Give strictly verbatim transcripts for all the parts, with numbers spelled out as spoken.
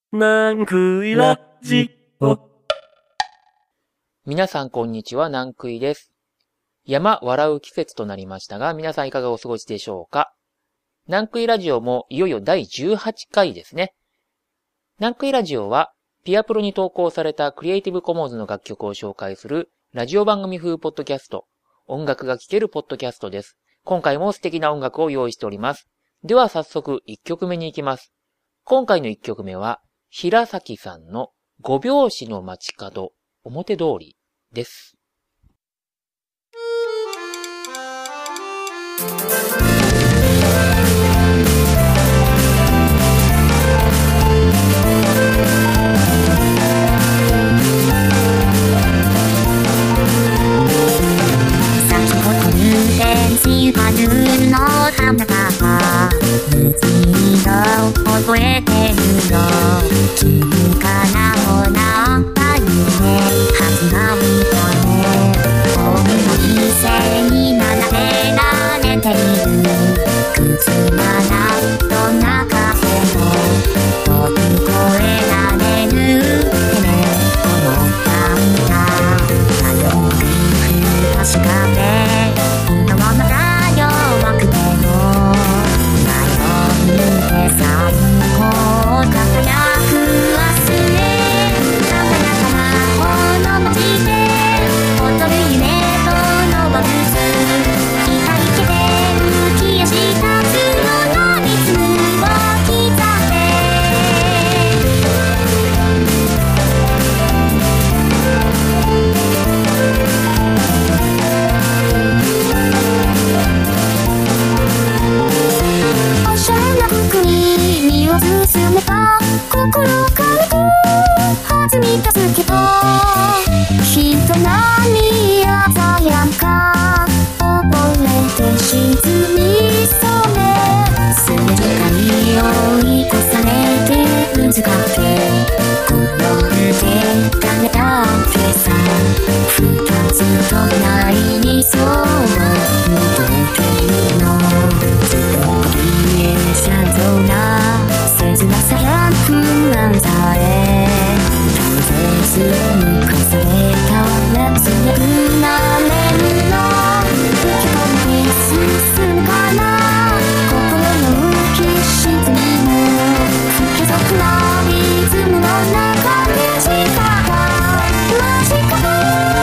なんくいラジオ。 皆さんこんにちは、なんくいです。山笑う季節となりましたが、皆さんいかがお過ごしでしょうか。なんくいラジオもいよいよだいじゅうはちかいですね。なんくいラジオは、ピアプロに投稿されたクリエイティブコモンズの楽曲を紹介するラジオ番組風ポッドキャスト、音楽が聴けるポッドキャストです。今回も素敵な音楽を用意しております。では早速いっきょくめに行きます。今回のいっきょくめは、平崎さんのごびょうしの街角表通りです。 咲き誇る天使春の花束水色覚えてるよ静かなもなった夢初が見たね本の店に並べられているくつならどんなカフェも飛び越えられるってね思ったんだ頼み確かめ今はまだ弱くても前を見てさこう輝く明日へ輝か魔法の街で踊る夢と登る図光けて浮き足立つようなリズムを刻んでおしゃれな服に身を包めば心軽く弾み出すけど人並み鮮やか溺れて沈みそうねすれ違い追い越されてうずかけ転んで誰だっけさ二つ隣にそう見届けるのずっと消えちゃうような切なさや不安さへ大切に重ねた熱くなれるの受け止めて進むかな心の浮き沈みも不規則なリズムの中で近が間近が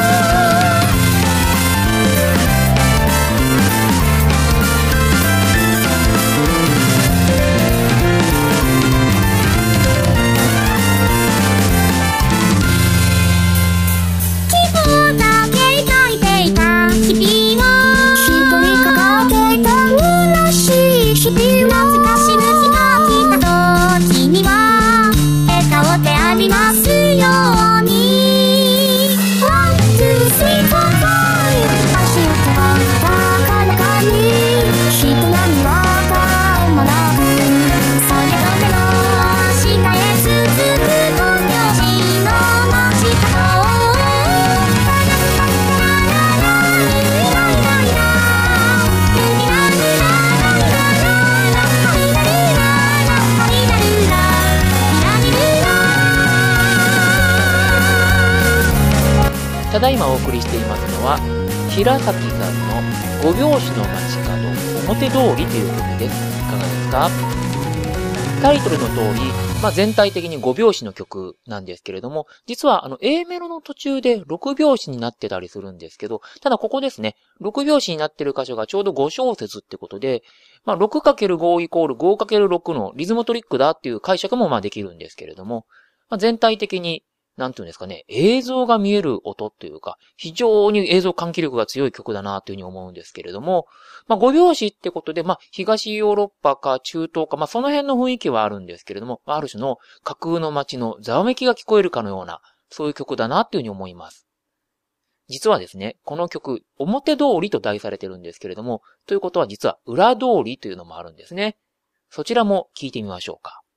ただいまお送りしていますのは平崎さんのごびょうしの街角表通りという曲です。いかがですか。タイトルの通り、まあ、全体的にごびょうしの曲なんですけれども、実はあの A メロの途中でろくびょうしになってたりするんですけど、ただここですね、ろくびょうしになってる箇所がちょうどごしょうせつってことで、まあ、ろくかけるご イコール ごかけるろく のリズムトリックだっていう解釈もまあできるんですけれども、まあ、全体的になんていうんですかね、映像が見える音っていうか、非常に映像喚起力が強い曲だなというふうに思うんですけれども、まあ、ごびょうしってことで、まあ、東ヨーロッパか中東か、まあ、その辺の雰囲気はあるんですけれども、ある種の架空の街のざわめきが聞こえるかのような、そういう曲だなっていうふうに思います。実はですね、この曲、表通りと題されてるんですけれども、ということは実は裏通りというのもあるんですね。そちらも聞いてみましょうか。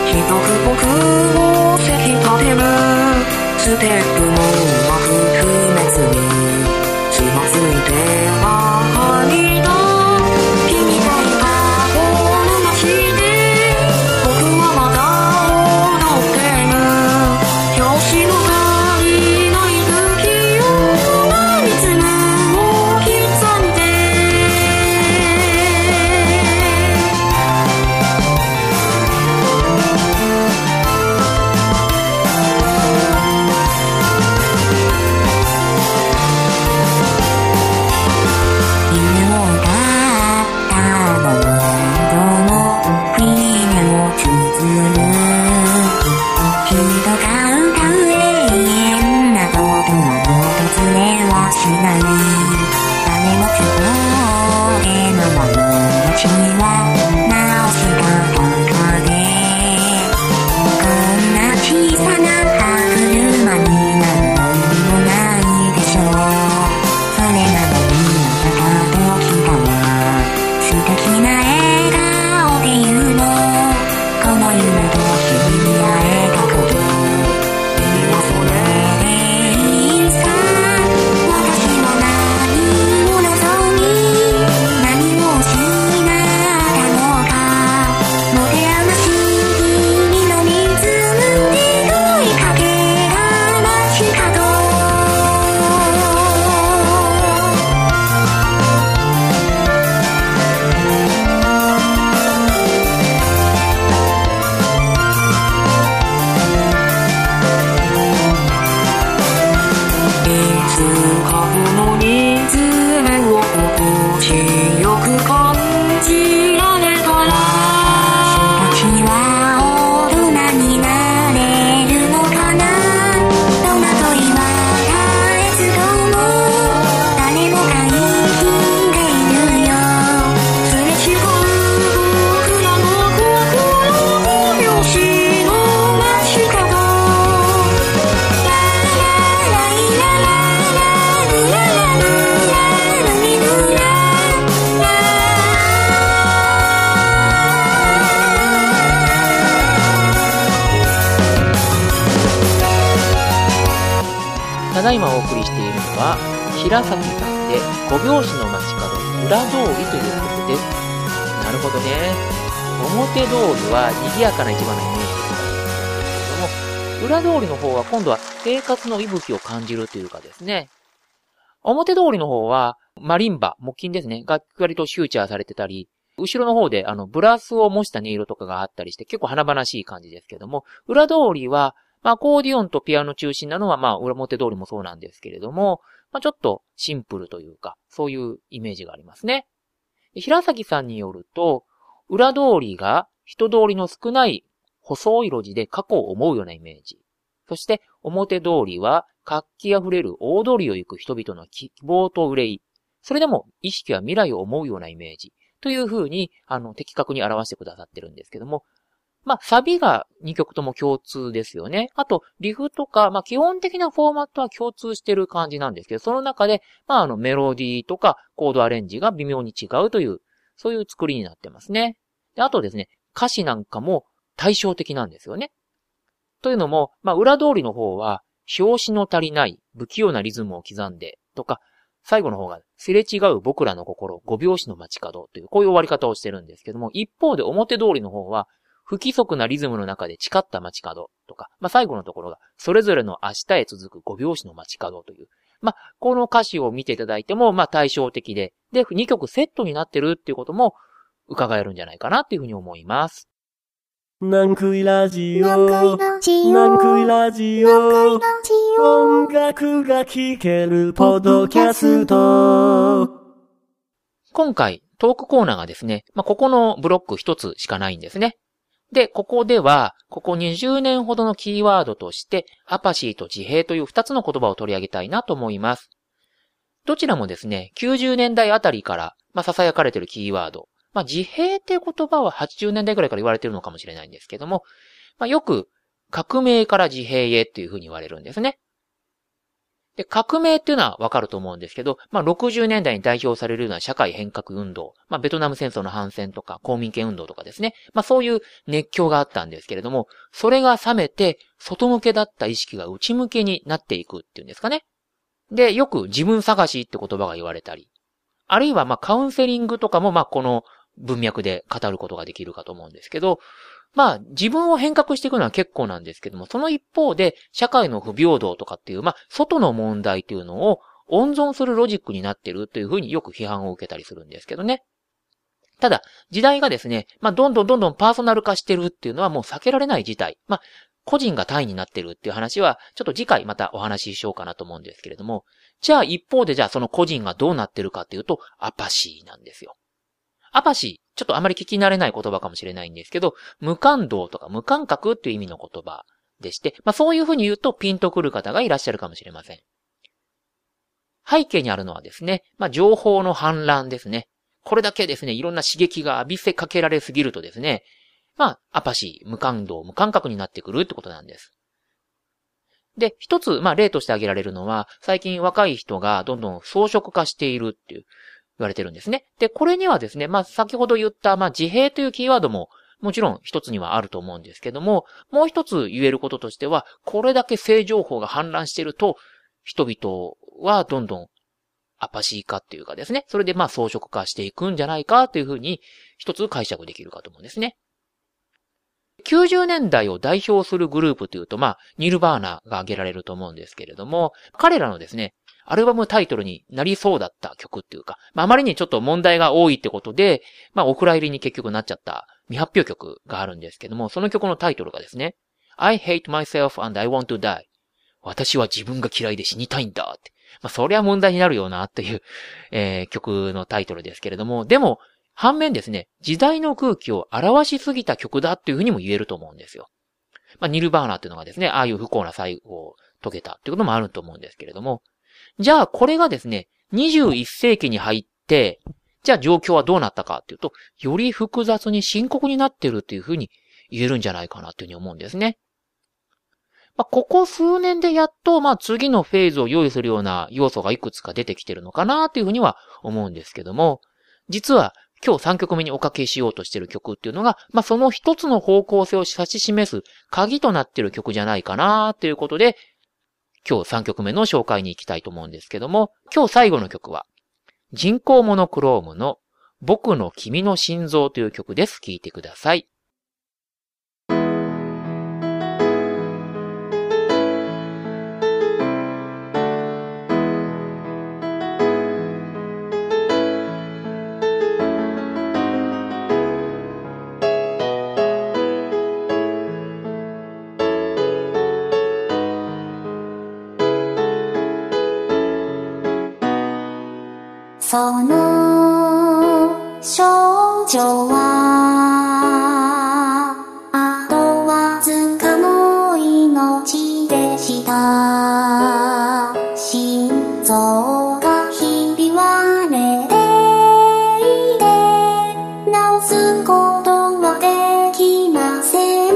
一つ僕をせき立てるステップもうまく不滅に気がついてばかりだ君がいたこの街で僕はまだ踊ってる拍子の足りない時をリズムを刻んでただいまお送りしているのは平崎さんでご拍子の街角裏通りということです。なるほどね。表通りは賑やかな市場のイメージですけれども、裏通りの方は今度は生活の息吹を感じるというかですね。表通りの方はマリンバ、木琴ですね、が割とフューチャーされてたり、後ろの方であのブラスを模した音色とかがあったりして結構華々しい感じですけども、裏通りはまあ、アコーディオンとピアノ中心なのは、まあ、裏表通りもそうなんですけれども、まあ、ちょっとシンプルというか、そういうイメージがありますね。平崎さんによると、裏通りが人通りの少ない細い路地で過去を思うようなイメージ。そして、表通りは活気あふれる大通りを行く人々の希望と憂い。それでも意識は未来を思うようなイメージ。という風に、あの、的確に表してくださってるんですけども、まあ、サビがにきょくとも共通ですよね。あと、リフとか、まあ、基本的なフォーマットは共通してる感じなんですけど、その中で、まあ、あの、メロディーとかコードアレンジが微妙に違うという、そういう作りになってますね。で、あとですね、歌詞なんかも対照的なんですよね。というのも、まあ、裏通りの方は、拍子の足りない不器用なリズムを刻んで、とか、最後の方が、すれ違う僕らの心、ご拍子の街角という、こういう終わり方をしてるんですけども、一方で表通りの方は、不規則なリズムの中で誓った街角とか、まあ、最後のところが、それぞれの明日へ続くご拍子の街角という、まあ、この歌詞を見ていただいても、まあ、対照的で、で、にきょくセットになってるっていうことも、伺えるんじゃないかなっていうふうに思います。 なんくいラジオ、 なんくいラジオ、 なんくいラジオ、音楽が聴けるポッドキャスト。 今回、トークコーナーがですね、まあ、ここのブロック一つしかないんですね。で、ここでは、ここにじゅうねんほどのキーワードとして、アパシーと自閉という二つの言葉を取り上げたいなと思います。どちらもですね、きゅうじゅうねんだいあたりから、まあ、囁かれているキーワード。まあ、自閉っていう言葉ははちじゅうねんだいくらいから言われているのかもしれないんですけども、まあ、よく、革命から自閉へっていうふうに言われるんですね。 で、革命っていうのはわかると思うんですけど、まあ、ろくじゅうねんだいに代表されるような社会変革運動、まあ、ベトナム戦争の反戦とか、公民権運動とかですね。まあ、そういう熱狂があったんですけれども、それが冷めて、外向けだった意識が内向けになっていくっていうんですかね。で、よく自分探しって言葉が言われたり、あるいはまあ、カウンセリングとかもまあ、この文脈で語ることができるかと思うんですけど、まあ、自分を変革していくのは結構なんですけども、その一方で、社会の不平等とかっていう、まあ、外の問題っていうのを温存するロジックになってるというふうによく批判を受けたりするんですけどね。ただ、時代がですね、まあ、どんどんどんどんパーソナル化してるっていうのはもう避けられない事態。まあ、個人が単位になってるっていう話は、ちょっと次回またお話ししようかなと思うんですけれども、じゃあ一方でじゃあその個人がどうなってるかっていうと、アパシーなんですよ。アパシー、ちょっとあまり聞き慣れない言葉かもしれないんですけど、無感動とか無感覚っていう意味の言葉でして、まあそういうふうに言うとピンとくる方がいらっしゃるかもしれません。背景にあるのはですね、まあ情報の氾濫ですね。これだけですね、いろんな刺激が浴びせかけられすぎるとですね、まあアパシー、無感動、無感覚になってくるってことなんです。で、一つ、まあ例として挙げられるのは、最近若い人がどんどん装飾化しているっていう、言われてるんですね。で、これにはですね、まあ、先ほど言った、まあ、自閉というキーワードも、もちろん一つにはあると思うんですけども、もう一つ言えることとしては、これだけ性情報が氾濫していると、人々はどんどんアパシー化っていうかですね、それでまあ、装飾化していくんじゃないかというふうに、一つ解釈できるかと思うんですね。きゅうじゅうねんだいを代表するグループというと、まあ、ニルバーナが挙げられると思うんですけれども、彼らのですね、アルバムタイトルになりそうだった曲っていうか、まあ、あまりにちょっと問題が多いってことで、まあ、お蔵入りに結局なっちゃった未発表曲があるんですけども、その曲のタイトルがですね、I hate myself and I want to die。私は自分が嫌いで死にたいんだって。まあ、そりゃ問題になるよなっていう、えー、曲のタイトルですけれども、でも、反面ですね、時代の空気を表しすぎた曲だっていうふうにも言えると思うんですよ。まあ、ニルバーナっていうのがですね、ああいう不幸な最後を遂げたっていうこともあると思うんですけれども、じゃあこれがですね、にじゅういっせいきに入って、じゃあ状況はどうなったかっていうと、より複雑に深刻になってるっていうふうに言えるんじゃないかなっていうふうに思うんですね。まあ、ここ数年でやっと、まあ次のフェーズを用意するような要素がいくつか出てきてるのかなっていうふうには思うんですけども、実は今日さんきょくめにおかけしようとしている曲っていうのが、まあその一つの方向性を指し示す鍵となっている曲じゃないかなということで、今日さんきょくめの紹介に行きたいと思うんですけども、今日最後の曲は、人工モノクロームの僕の君の心臓という曲です。聴いてください。 その少女はあとわずかの命でした。心臓がひび割れていて治すことはできません。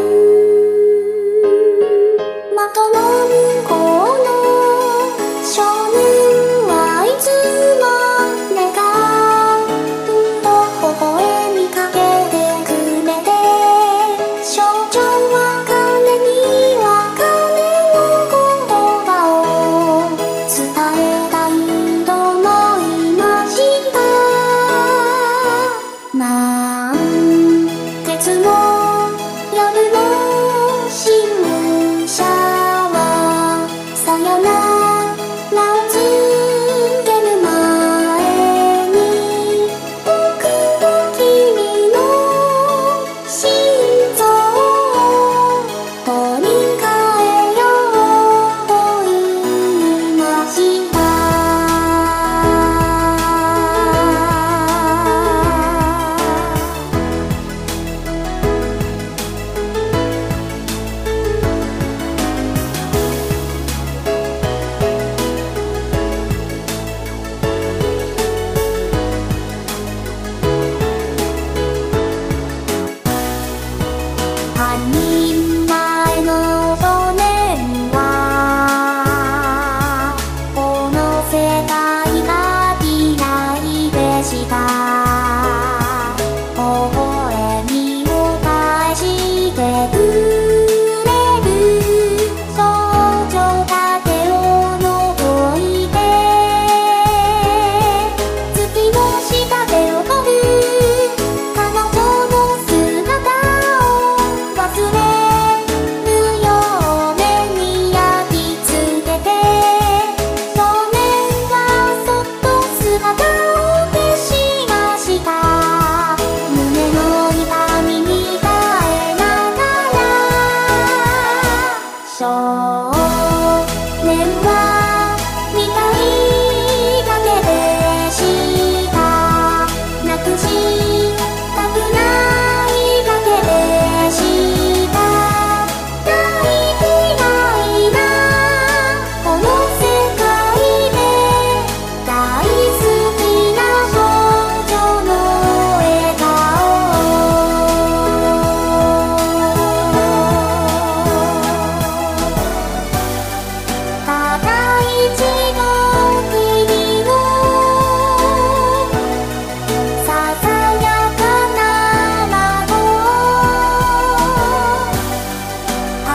的の向こうの少年はいつも少女は彼には彼の言葉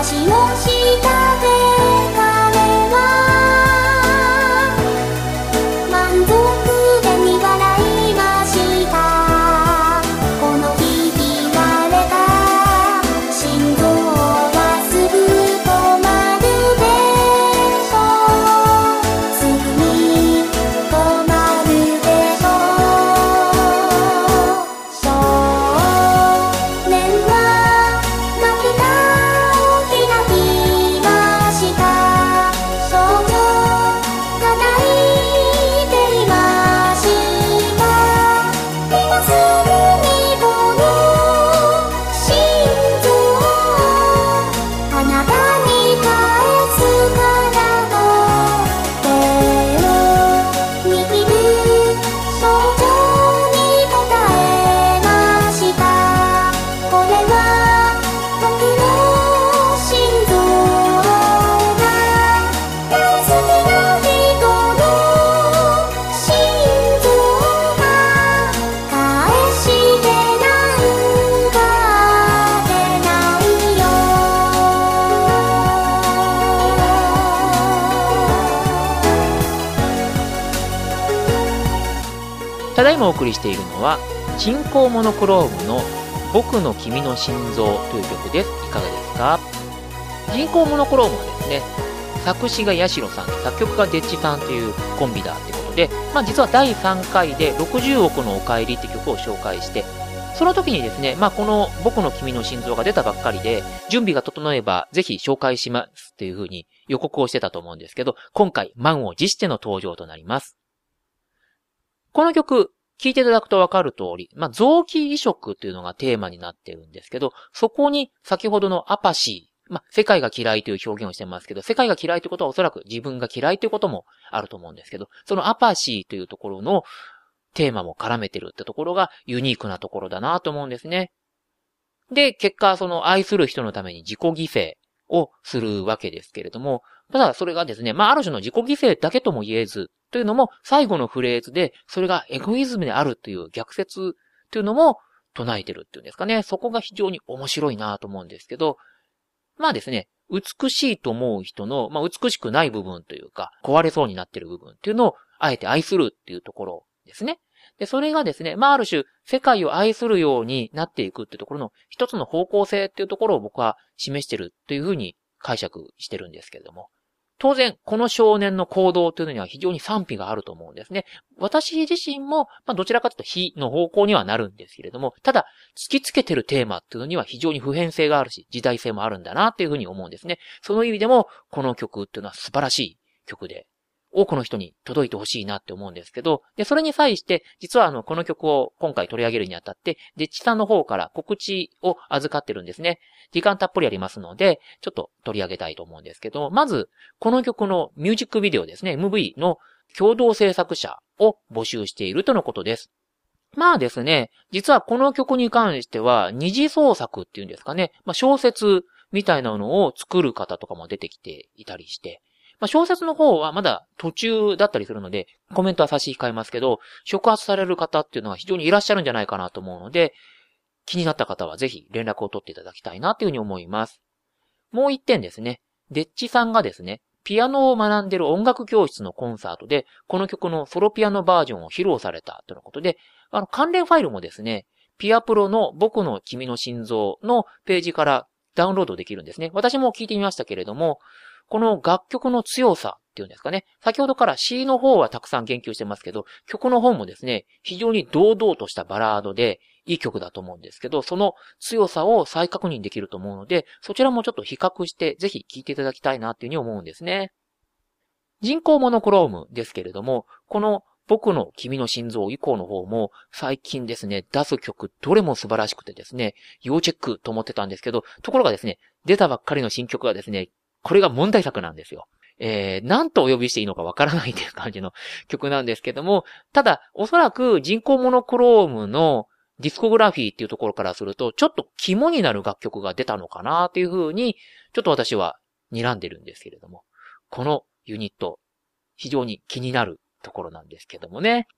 橋の下で彼は満足で見笑いました。この日言われた心臓はすぐ止まるでしょう。すぐに止まるでしょう。少年は涙を開きました。少女が泣いていました。今すぐにこの心臓あなたに返すからと手を握る少女に答えました。これは僕の心臓が大好きな人の心臓が返してなんか出ないよ。 ただいまお送りしているのは人工モノクロームの僕の君の心臓という曲です。いかがですか？人工モノクロームはですね、作詞が八代さんで作曲がデッチさんというコンビだってことで、まあ実はだいさんかいでろくじゅうおくのおかえりって曲を紹介して、その時にですね、まあこの僕の君の心臓が出たばっかりで、準備が整えばぜひ紹介しますっていう風に予告をしてたと思うんですけど、今回満を持しての登場となります。この曲、聴いていただくとわかる通り、まあ、臓器移植っていうのがテーマになってるんですけど、そこに先ほどのアパシー、まあ、世界が嫌いという表現をしてますけど、世界が嫌いということはおそらく自分が嫌いということもあると思うんですけど、そのアパシーというところのテーマも絡めてるってところがユニークなところだなと思うんですね。で、結果、その愛する人のために自己犠牲をするわけですけれども、ただそれがですね、まあ、ある種の自己犠牲だけとも言えず、というのも最後のフレーズで、それがエゴイズムであるという逆説というのも唱えてるっていうんですかね。そこが非常に面白いなと思うんですけど、まあですね、美しいと思う人の、まあ、美しくない部分というか、壊れそうになってる部分っていうのを、あえて愛するっていうところですね。で、それがですね、まあ、ある種、世界を愛するようになっていくっていうところの一つの方向性っていうところを僕は示してるというふうに解釈してるんですけれども。当然、この少年の行動というのには非常に賛否があると思うんですね。私自身も、まあ、どちらかというと非の方向にはなるんですけれども、ただ、突きつけてるテーマっていうのには非常に普遍性があるし、時代性もあるんだなっていうふうに思うんですね。その意味でも、この曲っていうのは素晴らしい曲で、多くの人に届いてほしいなって思うんですけど、で、それに際して、実はあの、この曲を今回取り上げるにあたって、デッチさんの方から告知を預かってるんですね。時間たっぷりありますので、ちょっと取り上げたいと思うんですけど、まず、この曲のミュージックビデオですね、エムブイ の共同制作者を募集しているとのことです。まあですね、実はこの曲に関しては、二次創作っていうんですかね、まあ小説みたいなのを作る方とかも出てきていたりして、まあ、小説の方はまだ途中だったりするので、コメントは差し控えますけど、触発される方っていうのは非常にいらっしゃるんじゃないかなと思うので、気になった方はぜひ連絡を取っていただきたいなというふうに思います。もう一点ですね、デッチさんがですね、ピアノを学んでいる音楽教室のコンサートで、この曲のソロピアノバージョンを披露されたとのことで、あの関連ファイルもですね、ピアプロの僕の君の心臓のページからダウンロードできるんですね。私も聞いてみましたけれども、この楽曲の強さっていうんですかね。先ほどから C の方はたくさん言及してますけど、曲の方もですね、非常に堂々としたバラードでいい曲だと思うんですけど、その強さを再確認できると思うので、そちらもちょっと比較してぜひ聴いていただきたいなっていうふうに思うんですね。人工モノクロームですけれども、この僕の君の心臓以降の方も最近ですね、出す曲どれも素晴らしくてですね、要チェックと思ってたんですけど、ところがですね、出たばっかりの新曲がですね、これが問題作なんですよ。えー、何とお呼びしていいのかわからないという感じの曲なんですけども、ただ、おそらく人工モノクロームのディスコグラフィーっていうところからすると、ちょっと肝になる楽曲が出たのかなというふうに、ちょっと私は睨んでるんですけれども、このユニット、非常に気になるところなんですけどもね。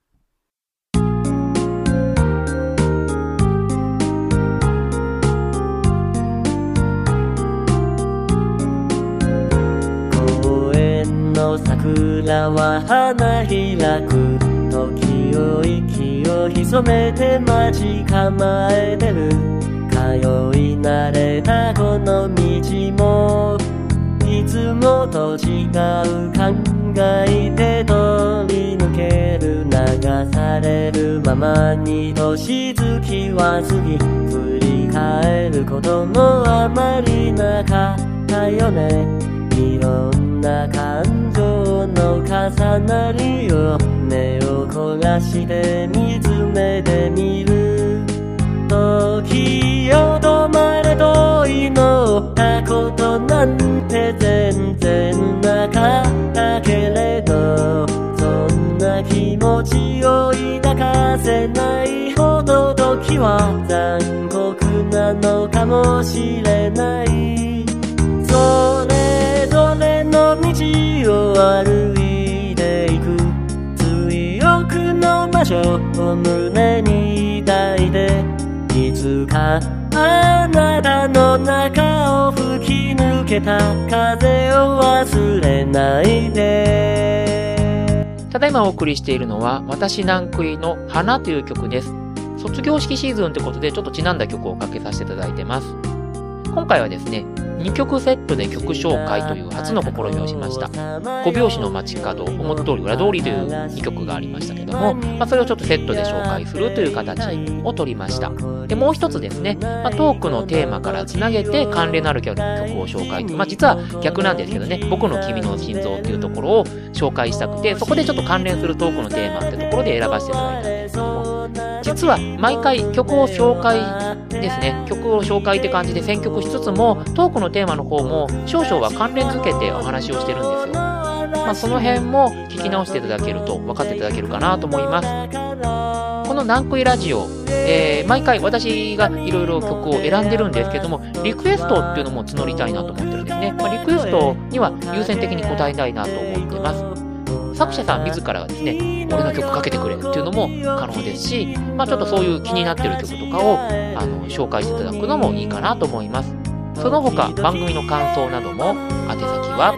の桜は花開く時を息を潜めて待ち構えてる通い慣れたこの道もいつもと違う考えて通り抜ける流されるままに年月は過ぎ振り返ることもあまりなかったよねいろんな感情の重なりを目を凝らして見つめてみる時よ止まれと祈ったことなんて全然なかったけれどそんな気持ちを抱かせないほど時は残酷なのかもしれないそれぞれの道を歩いていく強くの場所を胸に抱いていつかあなたの中を吹き抜けた風を忘れないでただいまお送りしているのは私ナンクイの花という曲です。卒業式シーズンということでちょっとちなんだ曲をかけさせていただいてます。今回はですねにきょくセットで曲紹介という初の試みをしました。ご拍子の街角、表通り裏通りというにきょくがありましたけども、まあ、それをちょっとセットで紹介するという形を取りました。で、もう一つですね、まあ、トークのテーマからつなげて関連のある曲を紹介という、まあ、実は逆なんですけどね、僕の君の心臓っていうところを紹介したくて、そこでちょっと関連するトークのテーマってところで選ばせていただいたんですけども、実は毎回曲を紹介ですね、曲を紹介って感じで選曲しつつも、トークのテーマの方も少々は関連づけてお話をしてるんですよ。まあ、その辺も聞き直していただけると分かっていただけるかなと思います。このナンクイラジオ、えー、毎回私がいろいろ曲を選んでるんですけども、リクエストっていうのも募りたいなと思ってるんですね。まあ、リクエストには優先的に答えたいなと思ってます。作者さん自らがですね、俺の曲かけてくれっていうのも可能ですし、まあちょっとそういう気になってる曲とかをあの紹介していただくのもいいかなと思います。その他番組の感想なども宛先は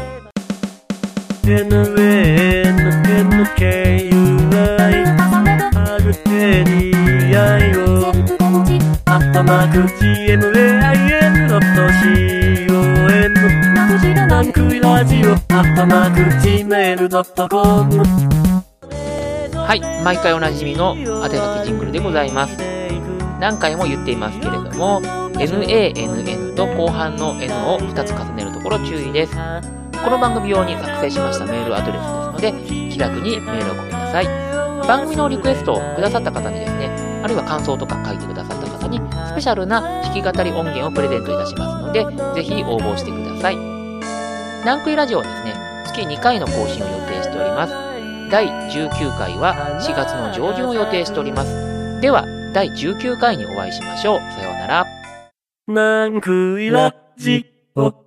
エヌエヌエヌケーユーアイ アールエヌイーアイオー アットマーク ジーエムエーアイエヌ ドット シーオーエム ナンクイラジオ アットマーク ジーメール ドットコムはい、毎回おなじみの宛先ジングルでございます。何回も言っていますけれども ナン エヌ エヌ と後半の N をふたつ重ねるところ注意です。この番組用に作成しましたメールアドレスですので気楽にメールをごめんなさい。番組のリクエストをくださった方にですね、あるいは感想とか書いてくださった方にスペシャルな弾き語り音源をプレゼントいたしますのでぜひ応募してください。ナンクイラジオはですね、月にかいの更新を予定しております。だいじゅうきゅうかいはしがつの上旬を予定しております。ではだいじゅうきゅうかいにお会いしましょう。さようなら。 ナンクイラジオ